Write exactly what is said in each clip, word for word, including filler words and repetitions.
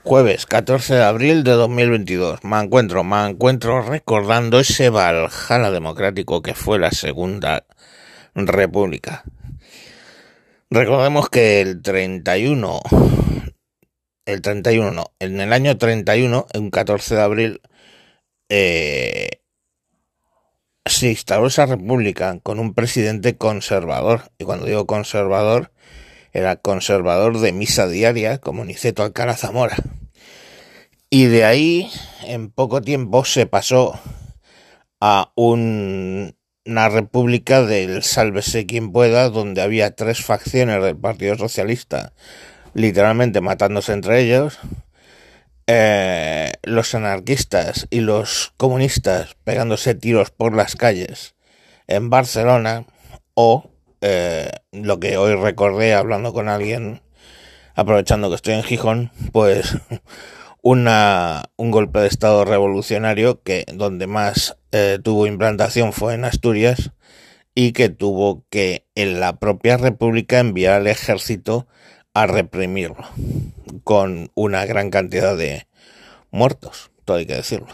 Jueves catorce de abril de dos mil veintidós. Me encuentro, me encuentro recordando ese Valhalla democrático que fue la Segunda República. Recordemos que el treinta y uno, el treinta y uno no, en el año treinta y uno, un catorce de abril, eh, se instaló esa república con un presidente conservador. Y cuando digo conservador, era conservador de misa diaria, como Niceto Alcalá Zamora. Y de ahí, en poco tiempo, se pasó a un, una república del sálvese quien pueda, donde había tres facciones del Partido Socialista, literalmente matándose entre ellos, eh, los anarquistas y los comunistas pegándose tiros por las calles en Barcelona, o eh, lo que hoy recordé hablando con alguien, aprovechando que estoy en Gijón, pues una un golpe de estado revolucionario que donde más eh, tuvo implantación fue en Asturias, y que tuvo que en la propia república enviar al ejército a reprimirlo, con una gran cantidad de muertos, todo hay que decirlo.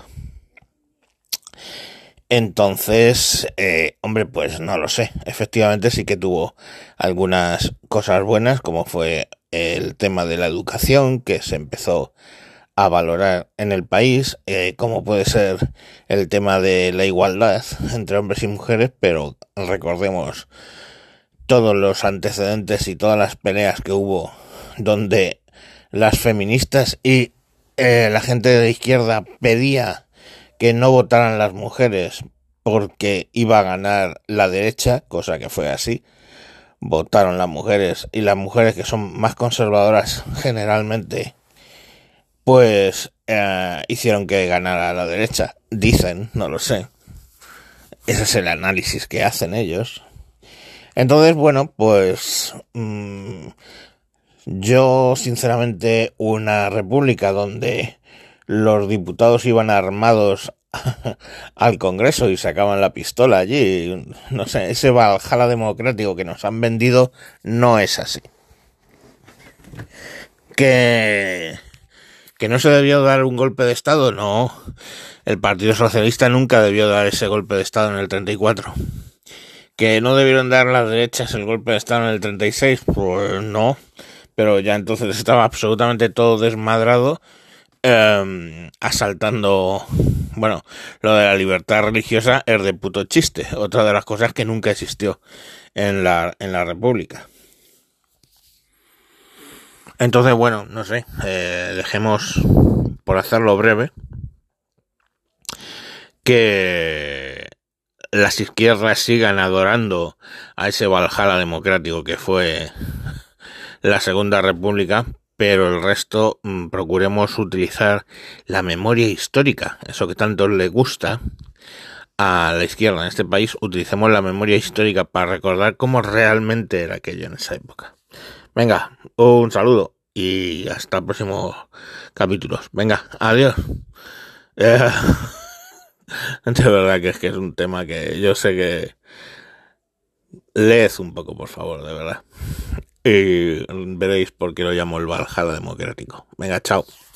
Entonces, eh, hombre, pues no lo sé. Efectivamente sí que tuvo algunas cosas buenas, como fue el tema de la educación, que se empezó a valorar en el país, eh, como puede ser el tema de la igualdad entre hombres y mujeres, pero recordemos todos los antecedentes y todas las peleas que hubo donde las feministas y eh, la gente de la izquierda pedía que no votaran las mujeres porque iba a ganar la derecha, cosa que fue así. Votaron las mujeres, y las mujeres, que son más conservadoras generalmente, pues eh, hicieron que ganara la derecha. Dicen, no lo sé. Ese es el análisis que hacen ellos. Entonces, bueno, pues mmm, yo sinceramente, una república donde los diputados iban armados al Congreso y sacaban la pistola allí, no sé, ese Valhalla democrático que nos han vendido no es así. Que que no se debió dar un golpe de estado, no. El Partido Socialista nunca debió dar ese golpe de estado en el treinta y cuatro. Que no debieron dar las derechas el golpe de estado en el treinta y seis, pues no. Pero ya entonces estaba absolutamente todo desmadrado, eh, asaltando. Bueno, lo de la libertad religiosa es de puto chiste. Otra de las cosas que nunca existió en la, en la República. Entonces, bueno, no sé, eh, dejemos, por hacerlo breve, que las izquierdas sigan adorando a ese Valhalla democrático que fue la Segunda República, pero el resto mmm, procuremos utilizar la memoria histórica, eso que tanto le gusta a la izquierda en este país. Utilicemos la memoria histórica para recordar cómo realmente era aquello en esa época. Venga, un saludo y hasta el próximo capítulos. Venga, adiós. Eh, de verdad que es que es un tema que yo sé que leed un poco, por favor, de verdad. Y veréis por qué lo llamo el Valhalla democrático. Venga, chao.